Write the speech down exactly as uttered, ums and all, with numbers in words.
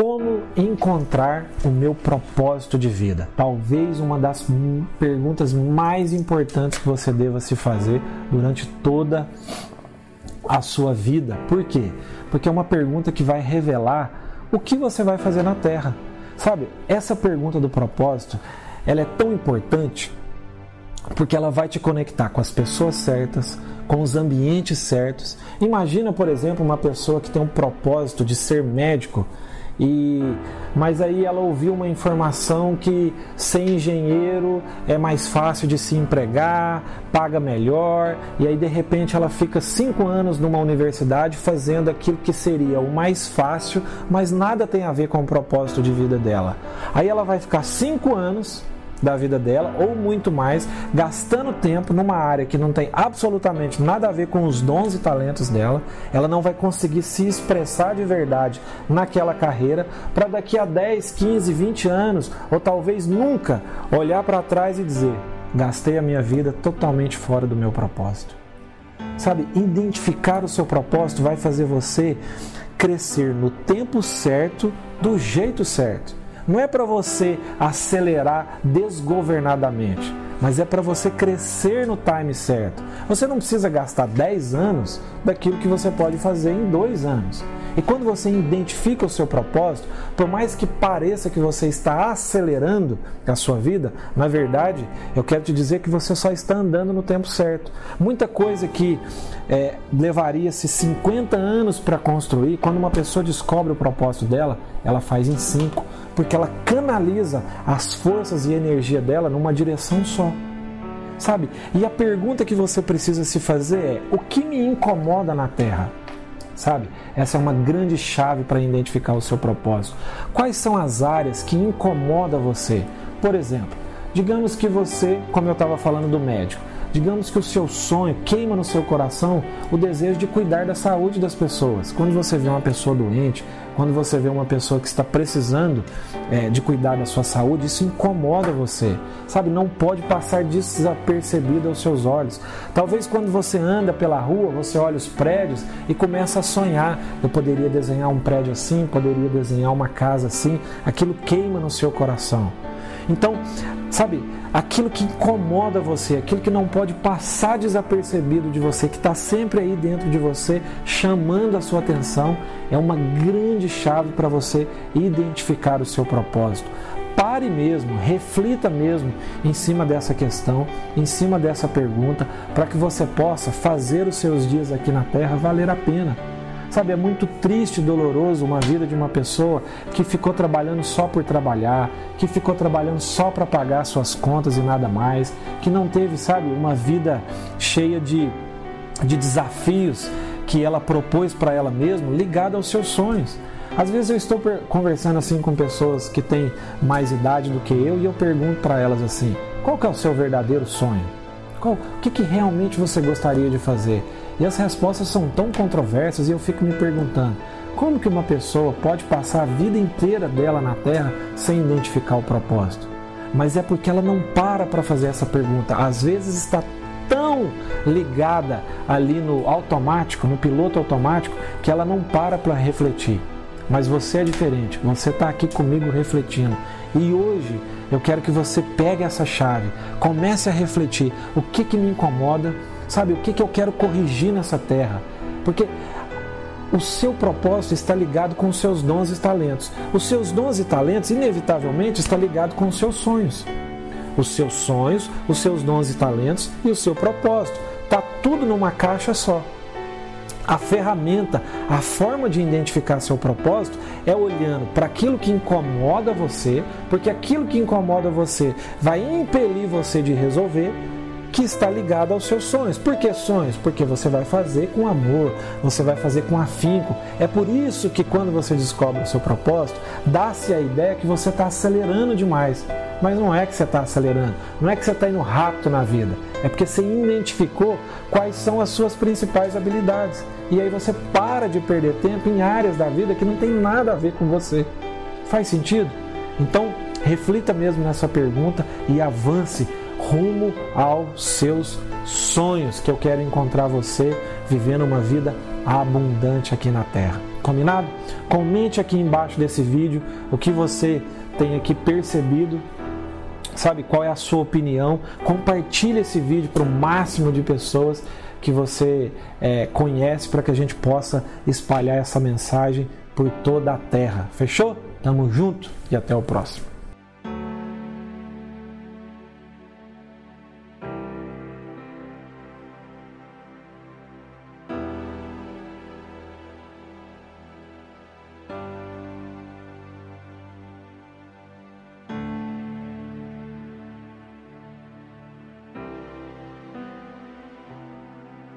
Como encontrar o meu propósito de vida? Talvez uma das perguntas mais importantes que você deva se fazer durante toda a sua vida. Por quê? Porque é uma pergunta que vai revelar o que você vai fazer na Terra. Sabe, essa pergunta do propósito, ela é tão importante porque ela vai te conectar com as pessoas certas, com os ambientes certos. Imagina, por exemplo, uma pessoa que tem um propósito de ser médico, e mas aí ela ouviu uma informação que ser engenheiro é mais fácil de se empregar, paga melhor, e aí de repente ela fica cinco anos numa universidade fazendo aquilo que seria o mais fácil, mas nada tem a ver com o propósito de vida dela. Aí ela vai ficar cinco anos da vida dela, ou muito mais, gastando tempo numa área que não tem absolutamente nada a ver com os dons e talentos dela. Ela não vai conseguir se expressar de verdade naquela carreira, para daqui a dez, quinze, vinte anos, ou talvez nunca, olhar para trás e dizer: gastei a minha vida totalmente fora do meu propósito. Sabe, identificar o seu propósito vai fazer você crescer no tempo certo, do jeito certo. Não é para você acelerar desgovernadamente, mas é para você crescer no time certo. Você não precisa gastar dez anos daquilo que você pode fazer em dois anos. E quando você identifica o seu propósito, por mais que pareça que você está acelerando a sua vida, na verdade, eu quero te dizer que você só está andando no tempo certo. Muita coisa que é, levaria-se cinquenta anos para construir, quando uma pessoa descobre o propósito dela, ela faz em cinco, porque ela canaliza as forças e energia dela numa direção só. Sabe? E a pergunta que você precisa se fazer é: o que me incomoda na Terra? Sabe? Essa é uma grande chave para identificar o seu propósito. Quais são as áreas que incomodam você? Por exemplo, digamos que você, como eu estava falando do médico, digamos que o seu sonho queima no seu coração o desejo de cuidar da saúde das pessoas. Quando você vê uma pessoa doente, quando você vê uma pessoa que está precisando é, de cuidar da sua saúde, isso incomoda você. Sabe, não pode passar desapercebido aos seus olhos. Talvez quando você anda pela rua, você olha os prédios e começa a sonhar: eu poderia desenhar um prédio assim, poderia desenhar uma casa assim. Aquilo queima no seu coração. Então, sabe, aquilo que incomoda você, aquilo que não pode passar desapercebido de você, que está sempre aí dentro de você, chamando a sua atenção, é uma grande chave para você identificar o seu propósito. Pare mesmo, reflita mesmo em cima dessa questão, em cima dessa pergunta, para que você possa fazer os seus dias aqui na Terra valer a pena. Sabe, é muito triste e doloroso uma vida de uma pessoa que ficou trabalhando só por trabalhar, que ficou trabalhando só para pagar suas contas e nada mais, que não teve, sabe, uma vida cheia de, de desafios que ela propôs para ela mesma, ligada aos seus sonhos. Às vezes eu estou conversando assim com pessoas que têm mais idade do que eu e eu pergunto para elas assim: qual que é o seu verdadeiro sonho? Qual, o que, que realmente você gostaria de fazer? E as respostas são tão controversas e eu fico me perguntando: como que uma pessoa pode passar a vida inteira dela na Terra sem identificar o propósito? Mas é porque ela não para para fazer essa pergunta. Às vezes está tão ligada ali no automático, no piloto automático, que ela não para para refletir. Mas você é diferente, você está aqui comigo refletindo. E hoje eu quero que você pegue essa chave, comece a refletir: o que que me incomoda? Sabe, o que que eu quero corrigir nessa terra? Porque o seu propósito está ligado com os seus dons e talentos. Os seus dons e talentos, inevitavelmente, está ligado com os seus sonhos. Os seus sonhos, os seus dons e talentos e o seu propósito. Está tudo numa caixa só. A ferramenta, a forma de identificar seu propósito é olhando para aquilo que incomoda você, porque aquilo que incomoda você vai impelir você de resolver, que está ligado aos seus sonhos. Por que sonhos? Porque você vai fazer com amor, você vai fazer com afinco. É por isso que quando você descobre o seu propósito, dá-se a ideia que você está acelerando demais. Mas não é que você está acelerando, não é que você está indo rápido na vida. É porque você identificou quais são as suas principais habilidades. E aí você para de perder tempo em áreas da vida que não tem nada a ver com você. Faz sentido? Então, reflita mesmo nessa pergunta e avance rumo aos seus sonhos, que eu quero encontrar você vivendo uma vida abundante aqui na Terra. Combinado? Comente aqui embaixo desse vídeo o que você tem aqui percebido, sabe, qual é a sua opinião. Compartilhe esse vídeo para o máximo de pessoas que você é, conhece, para que a gente possa espalhar essa mensagem por toda a terra. Fechou? Tamo junto e até o próximo.